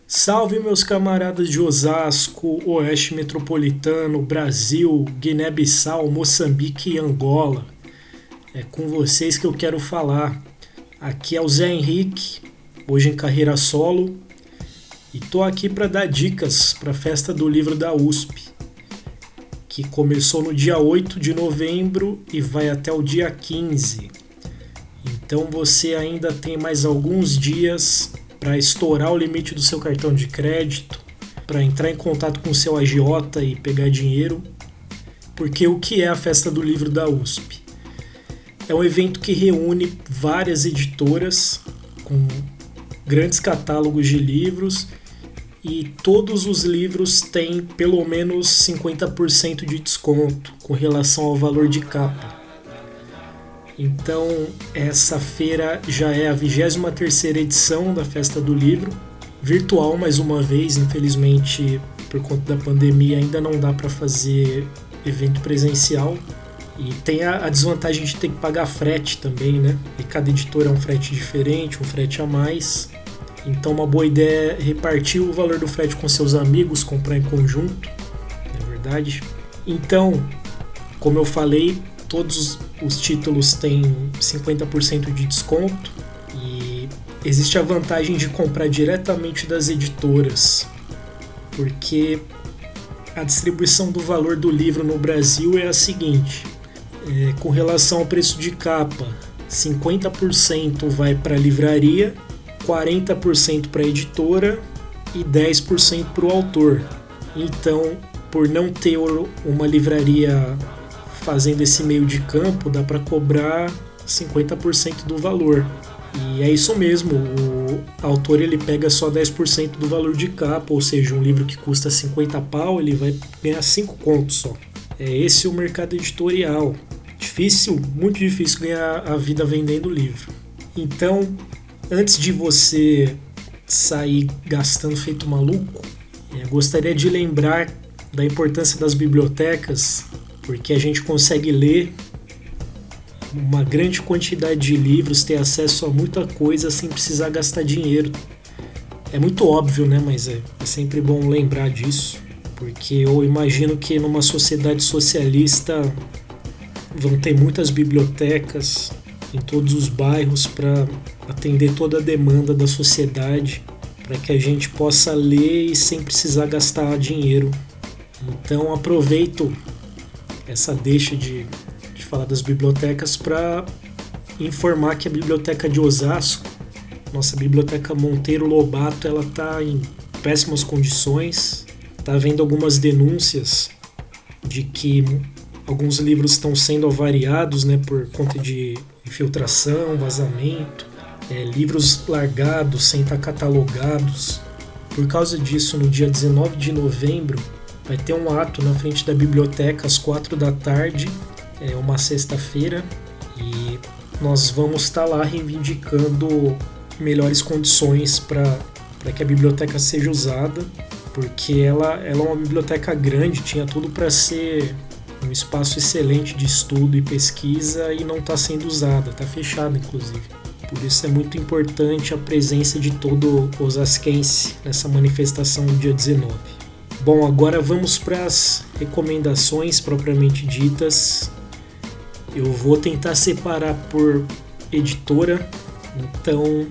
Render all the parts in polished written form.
Salve meus camaradas de Osasco, Oeste Metropolitano, Brasil, Guiné-Bissau, Moçambique e Angola. É com vocês que eu quero falar. Aqui é o Zé Henrique, hoje em carreira solo, e tô aqui para dar dicas para a Festa do Livro da USP, que começou no dia 8 de novembro e vai até o dia 15. Então você ainda tem mais alguns dias para estourar o limite do seu cartão de crédito, para entrar em contato com o seu agiota e pegar dinheiro. Porque o que é a Festa do Livro da USP? É um evento que reúne várias editoras com grandes catálogos de livros e todos os livros têm pelo menos 50% de desconto com relação ao valor de capa. Então, essa feira já é a 23ª edição da Festa do Livro, virtual mais uma vez, infelizmente, por conta da pandemia, ainda não dá para fazer evento presencial. E tem a desvantagem de ter que pagar frete também, né? E cada editora é um frete diferente, um frete a mais. Então, uma boa ideia é repartir o valor do frete com seus amigos, comprar em conjunto, não é verdade? Então, como eu falei, todos os títulos têm 50% de desconto e existe a vantagem de comprar diretamente das editoras, porque a distribuição do valor do livro no Brasil é a seguinte: com relação ao preço de capa, 50% vai para a livraria, 40% para a editora e 10% para o autor. Então, por não ter uma livraria fazendo esse meio de campo, dá para cobrar 50% do valor. E é isso mesmo, o autor ele pega só 10% do valor de capa, ou seja, um livro que custa 50 pau, ele vai ganhar 5 contos só. É esse o mercado editorial. Difícil, muito difícil ganhar a vida vendendo livro. Então, antes de você sair gastando feito maluco, gostaria de lembrar da importância das bibliotecas, porque a gente consegue ler uma grande quantidade de livros, ter acesso a muita coisa sem precisar gastar dinheiro. É muito óbvio, né? Mas é sempre bom lembrar disso, porque eu imagino que numa sociedade socialista vão ter muitas bibliotecas em todos os bairros para atender toda a demanda da sociedade, para que a gente possa ler e sem precisar gastar dinheiro. Então aproveito essa deixa de falar das bibliotecas para informar que a biblioteca de Osasco, nossa biblioteca Monteiro Lobato, ela está em péssimas condições. Está havendo algumas denúncias de que alguns livros estão sendo avariados, né, por conta de infiltração, vazamento, livros largados sem estar catalogados. Por causa disso, no dia 19 de novembro, vai ter um ato na frente da biblioteca às 4 da tarde, é uma sexta-feira, e nós vamos estar lá reivindicando melhores condições para que a biblioteca seja usada, porque ela é uma biblioteca grande, tinha tudo para ser um espaço excelente de estudo e pesquisa e não está sendo usada, está fechada inclusive. Por isso é muito importante a presença de todo osasquense nessa manifestação do dia 19. Bom, agora vamos para as recomendações propriamente ditas. Eu vou tentar separar por editora. Então,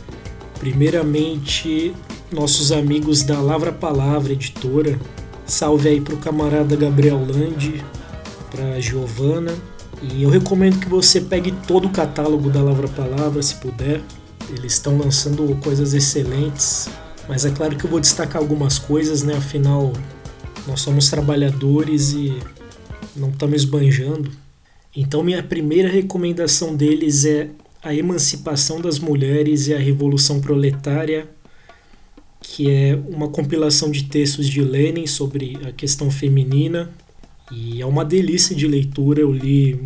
primeiramente, nossos amigos da Lavra Palavra Editora. Salve aí para o camarada Gabriel Landi, para a Giovana. E eu recomendo que você pegue todo o catálogo da Lavra Palavra, se puder. Eles estão lançando coisas excelentes. Mas é claro que eu vou destacar algumas coisas, né? Afinal, nós somos trabalhadores e não estamos esbanjando. Então, minha primeira recomendação deles é A Emancipação das Mulheres e a Revolução Proletária, que é uma compilação de textos de Lenin sobre a questão feminina. E é uma delícia de leitura, eu li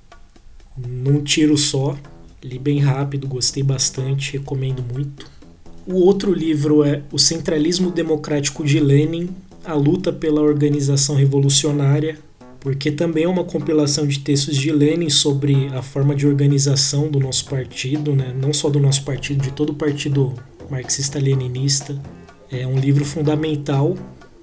num tiro só, li bem rápido, gostei bastante, recomendo muito. O outro livro é O Centralismo Democrático de Lenin, a luta pela organização revolucionária, porque também é uma compilação de textos de Lenin sobre a forma de organização do nosso partido, né? Não só do nosso partido, de todo o partido marxista-leninista. É um livro fundamental,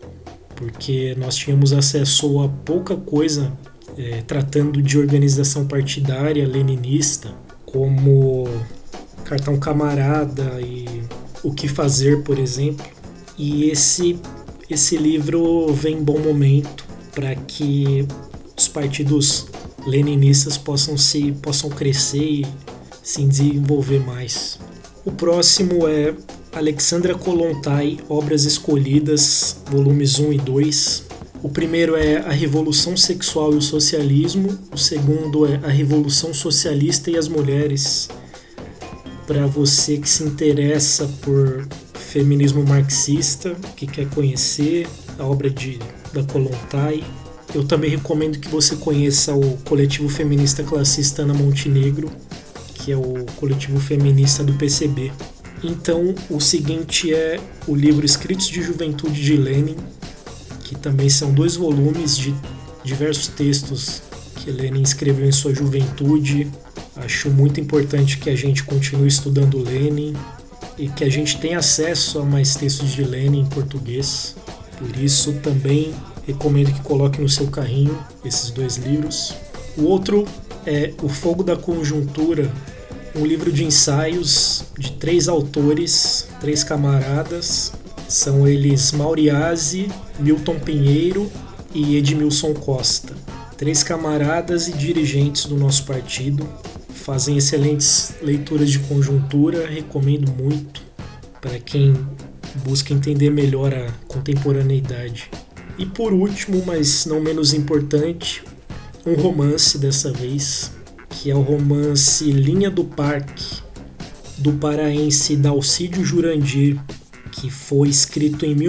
porque nós tínhamos acesso a pouca coisa tratando de organização partidária leninista, como Cartão Camarada e O que Fazer, por exemplo. E esse livro vem em bom momento para que os partidos leninistas possam crescer e se desenvolver mais. O próximo é Alexandra Kollontai, Obras Escolhidas, volumes 1 e 2. O primeiro é A Revolução Sexual e o Socialismo, o segundo é A Revolução Socialista e as Mulheres. Para você que se interessa por feminismo marxista, que quer conhecer a obra da Kollontai, eu também recomendo que você conheça o coletivo feminista classista Ana Montenegro, que é o coletivo feminista do PCB. Então, o seguinte é o livro Escritos de Juventude de Lenin, que também são 2 volumes de diversos textos que Lenin escreveu em sua juventude. Acho muito importante que a gente continue estudando Lenin e que a gente tenha acesso a mais textos de Lenin em português. Por isso, também recomendo que coloque no seu carrinho esses 2 livros. O outro é O Fogo da Conjuntura, um livro de ensaios de 3 autores, 3 camaradas. São eles Mauriase, Milton Pinheiro e Edmilson Costa. 3 camaradas e dirigentes do nosso partido. Fazem excelentes leituras de conjuntura, recomendo muito para quem busca entender melhor a contemporaneidade. E por último, mas não menos importante, um romance dessa vez, que é o romance Linha do Parque, do paraense Dalcídio Jurandir, que foi escrito em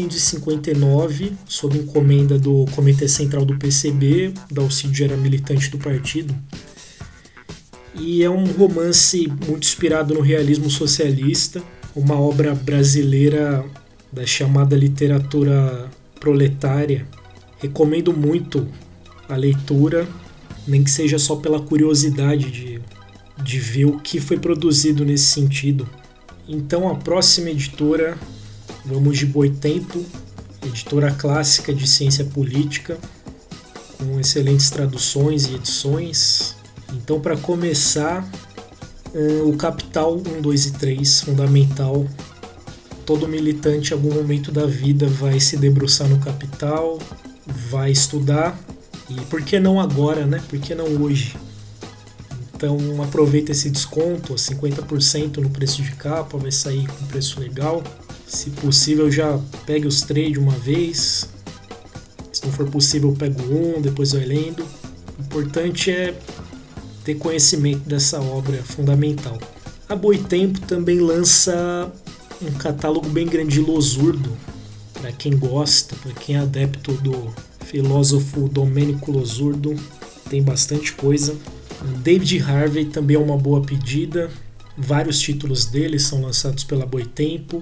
1959, sob encomenda do Comitê Central do PCB. Dalcídio era militante do partido. E é um romance muito inspirado no realismo socialista, uma obra brasileira da chamada literatura proletária. Recomendo muito a leitura, nem que seja só pela curiosidade de ver o que foi produzido nesse sentido. Então, a próxima editora, vamos de Boitempo, editora clássica de ciência política, com excelentes traduções e edições. Então, para começar, o Capital 1, 2 e 3, fundamental. Todo militante, em algum momento da vida, vai se debruçar no Capital, vai estudar. E por que não agora, né? Por que não hoje? Então, aproveita esse desconto, 50% no preço de capa, vai sair com preço legal. Se possível, já pegue os 3 de uma vez. Se não for possível, pego um, depois vai lendo. O importante é ter conhecimento dessa obra fundamental. A Boitempo também lança um catálogo bem grande de Losurdo, para quem gosta, para quem é adepto do filósofo Domênico Losurdo, tem bastante coisa. David Harvey também é uma boa pedida, vários títulos dele são lançados pela Boitempo.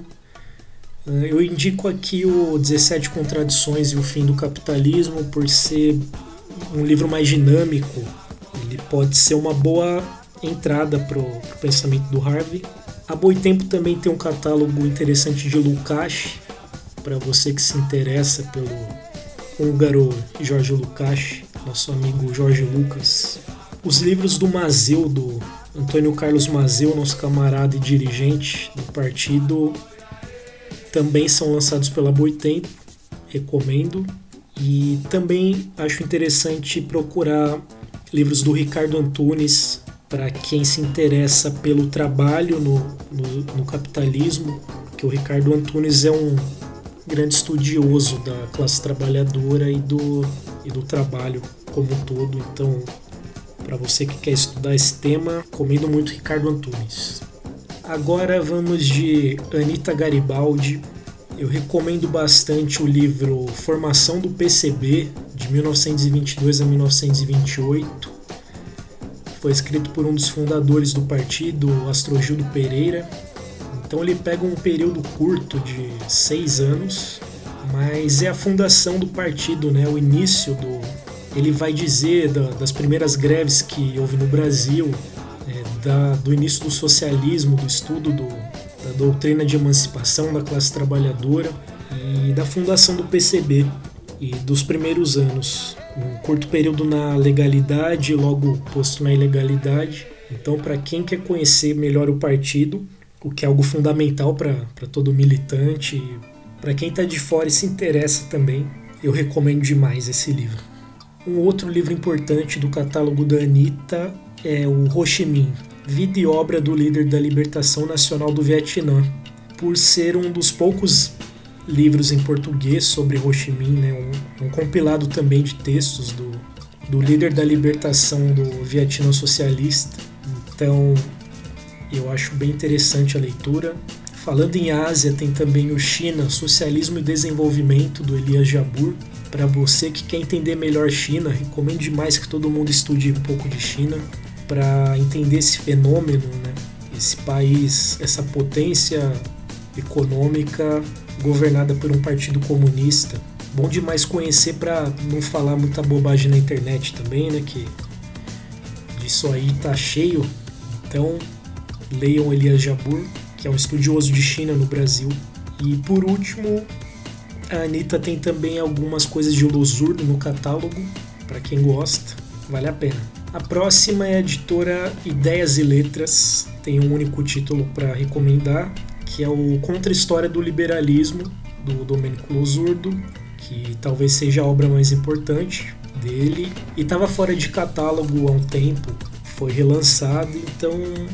Eu indico aqui o 17 Contradições e o Fim do Capitalismo, por ser um livro mais dinâmico. Ele pode ser uma boa entrada para o pensamento do Harvey. A Boitempo também tem um catálogo interessante de Lukács, para você que se interessa pelo húngaro Jorge Lukács, nosso amigo Jorge Lucas. Os livros do Mazeu, do Antônio Carlos Mazeu, nosso camarada e dirigente do partido, também são lançados pela Boitempo, recomendo. E também acho interessante procurar livros do Ricardo Antunes, para quem se interessa pelo trabalho no capitalismo, que o Ricardo Antunes é um grande estudioso da classe trabalhadora e do trabalho como um todo. Então, para você que quer estudar esse tema, recomendo muito Ricardo Antunes. Agora vamos de Anita Garibaldi. Eu recomendo bastante o livro Formação do PCB, de 1922 a 1928. Foi escrito por um dos fundadores do partido, Astrogildo Pereira. Então ele pega um período curto de 6 anos, mas é a fundação do partido, né? O início ele vai dizer das primeiras greves que houve no Brasil, do início do socialismo, do estudo doutrina de emancipação da classe trabalhadora e da fundação do PCB e dos primeiros anos. Um curto período na legalidade e logo posto na ilegalidade. Então, para quem quer conhecer melhor o partido, o que é algo fundamental para todo militante, para quem está de fora e se interessa também, eu recomendo demais esse livro. Um outro livro importante do catálogo da Anitta é o Ho Chi Minh, Vida e Obra do Líder da Libertação Nacional do Vietnã. Por ser um dos poucos livros em português sobre Ho Chi Minh, né? Um compilado também de textos do líder da libertação do Vietnã socialista. Então, eu acho bem interessante a leitura. Falando em Ásia, tem também o China, Socialismo e Desenvolvimento, do Elias Jabbour. Para você que quer entender melhor China, recomendo demais que todo mundo estude um pouco de China para entender esse fenômeno, né? Esse país, essa potência econômica governada por um partido comunista. Bom demais conhecer para não falar muita bobagem na internet também, né? Que disso aí tá cheio. Então, leiam Elias Jabbour, que é um estudioso de China no Brasil. E por último, a Anitta tem também algumas coisas de Losurdo no catálogo, para quem gosta, vale a pena. A próxima é a editora Ideias e Letras, tem um único título para recomendar, que é o Contra-História do Liberalismo, do Domênico Losurdo, que talvez seja a obra mais importante dele, e estava fora de catálogo há um tempo, foi relançado, então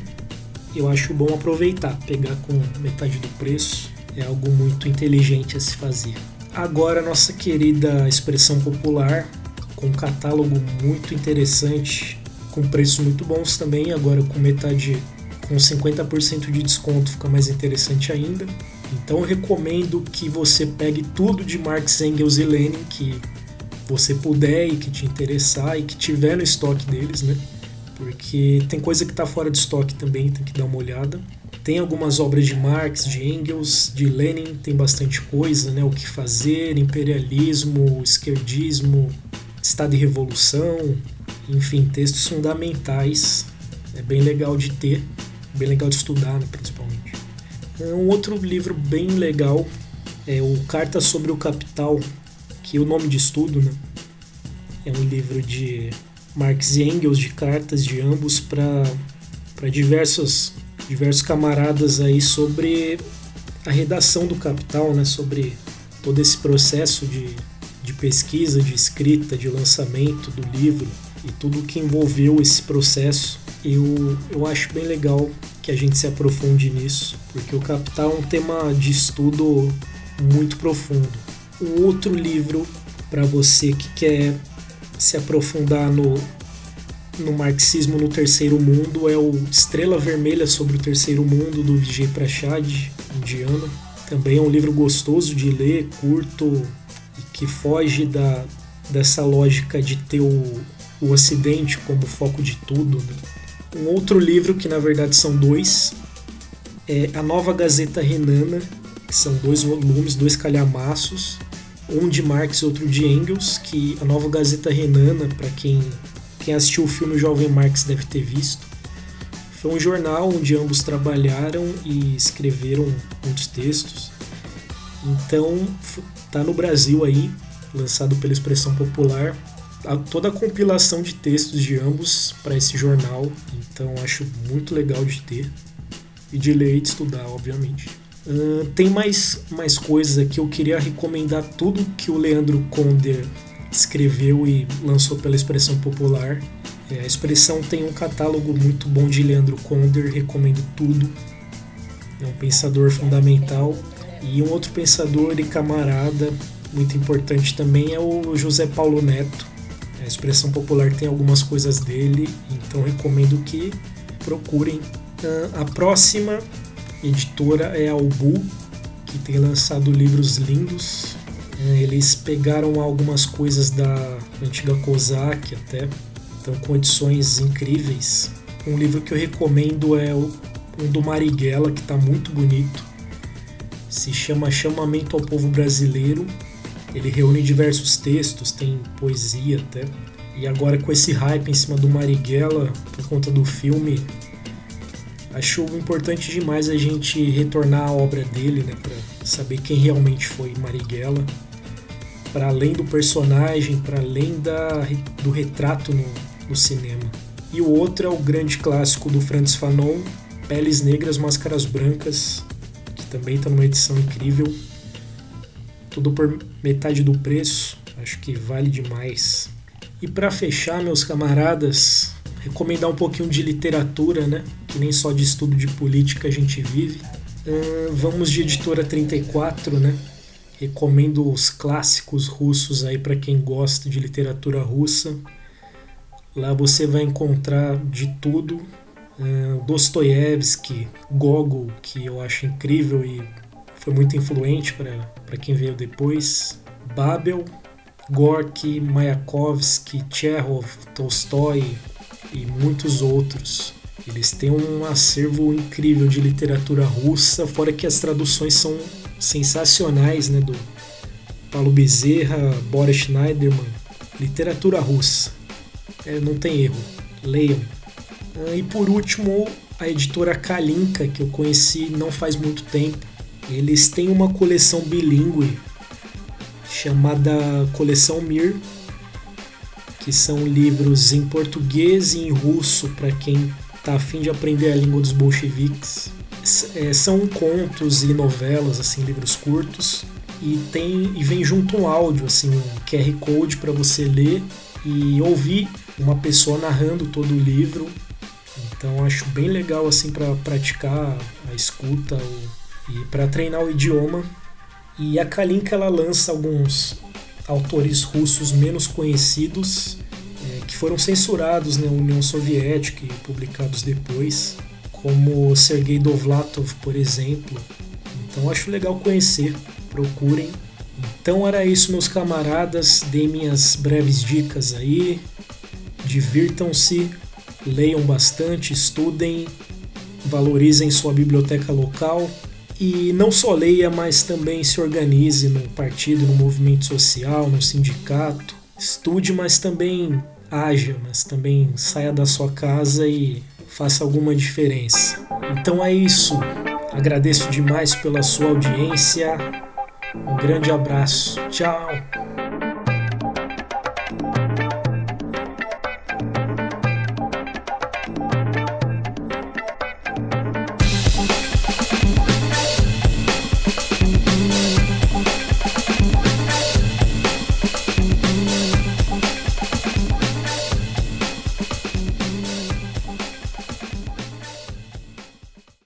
eu acho bom aproveitar, pegar com metade do preço, é algo muito inteligente a se fazer. Agora, nossa querida Expressão Popular, com um catálogo muito interessante, com preços muito bons também, agora com metade, com 50% de desconto, fica mais interessante ainda. Então eu recomendo que você pegue tudo de Marx, Engels e Lenin que você puder e que te interessar e que tiver no estoque deles, né? Porque tem coisa que está fora de estoque também, tem que dar uma olhada. Tem algumas obras de Marx, de Engels, de Lenin, tem bastante coisa, né? O que fazer, imperialismo, esquerdismo, Estado e Revolução, enfim, textos fundamentais. É bem legal de ter, bem legal de estudar, né, principalmente. Um outro livro bem legal é o Cartas sobre o Capital, que o nome de estudo, né? É um livro de Marx e Engels, de cartas de ambos para diversos camaradas aí sobre a redação do Capital, né? Sobre todo esse processo de pesquisa, de escrita, de lançamento do livro e tudo que envolveu esse processo. Eu acho bem legal que a gente se aprofunde nisso, porque o Capital é um tema de estudo muito profundo. Um outro livro para você que quer se aprofundar no marxismo no Terceiro Mundo é o Estrela Vermelha sobre o Terceiro Mundo, do Vijay Prashad, indiano. Também é um livro gostoso de ler, curto, e que foge dessa lógica de ter o Ocidente como foco de tudo, né? Um outro livro, que na verdade são dois, é A Nova Gazeta Renana, que são 2 volumes, 2 calhamaços, um de Marx e outro de Engels, que a Nova Gazeta Renana, para quem assistiu o filme Jovem Marx deve ter visto, foi um jornal onde ambos trabalharam e escreveram muitos textos. Então, tá no Brasil aí, lançado pela Expressão Popular, toda a compilação de textos de ambos para esse jornal. Então, acho muito legal de ter e de ler e de estudar, obviamente. Tem mais coisas aqui. Eu queria recomendar tudo que o Leandro Conder escreveu e lançou pela Expressão Popular. A Expressão tem um catálogo muito bom de Leandro Conder, recomendo tudo. É um pensador fundamental. E um outro pensador e camarada muito importante também é o José Paulo Neto. A Expressão Popular tem algumas coisas dele, então recomendo que procurem. A próxima editora é a Ubu, que tem lançado livros lindos. Eles pegaram algumas coisas da antiga Kozak até, então com edições incríveis. Um livro que eu recomendo é um do Marighella, que está muito bonito. Se chama Chamamento ao Povo Brasileiro. Ele reúne diversos textos, tem poesia até. E agora com esse hype em cima do Marighella, por conta do filme, Acho importante demais a gente retornar à obra dele, né, para saber quem realmente foi Marighella, para além do personagem, para além do retrato no cinema. E o outro é o grande clássico do Frantz Fanon, Peles Negras, Máscaras Brancas, que também está numa edição incrível. Tudo por metade do preço, acho que vale demais. E para fechar, meus camaradas, recomendar um pouquinho de literatura, né? Que nem só de estudo de política a gente vive. Vamos de Editora 34, né? Recomendo os clássicos russos aí para quem gosta de literatura russa. Lá você vai encontrar de tudo. Dostoiévski, Gogol, que eu acho incrível e foi muito influente para quem veio depois. Babel, Gorky, Mayakovsky, Chekhov, Tolstói e muitos outros. Eles têm um acervo incrível de literatura russa, fora que as traduções são sensacionais, né, do Paulo Bezerra, Boris Schneiderman. Literatura russa, não tem erro, leiam. E por último, a editora Kalinka, que eu conheci não faz muito tempo. Eles têm uma coleção bilíngue chamada Coleção Mir, que são livros em português e em russo para quem está a fim de aprender a língua dos bolcheviques. São contos e novelas, assim, livros curtos, e vem junto um áudio, assim, um QR Code para você ler e ouvir uma pessoa narrando todo o livro. Então acho bem legal assim para praticar a escuta e para treinar o idioma. E a Kalinka ela lança alguns autores russos menos conhecidos que foram censurados na União Soviética e publicados depois, como Sergei Dovlatov, por exemplo. Então acho legal conhecer, procurem. Então era isso, meus camaradas, dei minhas breves dicas aí, divirtam-se, leiam bastante, estudem, valorizem sua biblioteca local e não só leia, mas também se organize no partido, no movimento social, no sindicato. Estude, mas também haja, mas também saia da sua casa e faça alguma diferença. Então é isso. Agradeço demais pela sua audiência. Um grande abraço. Tchau!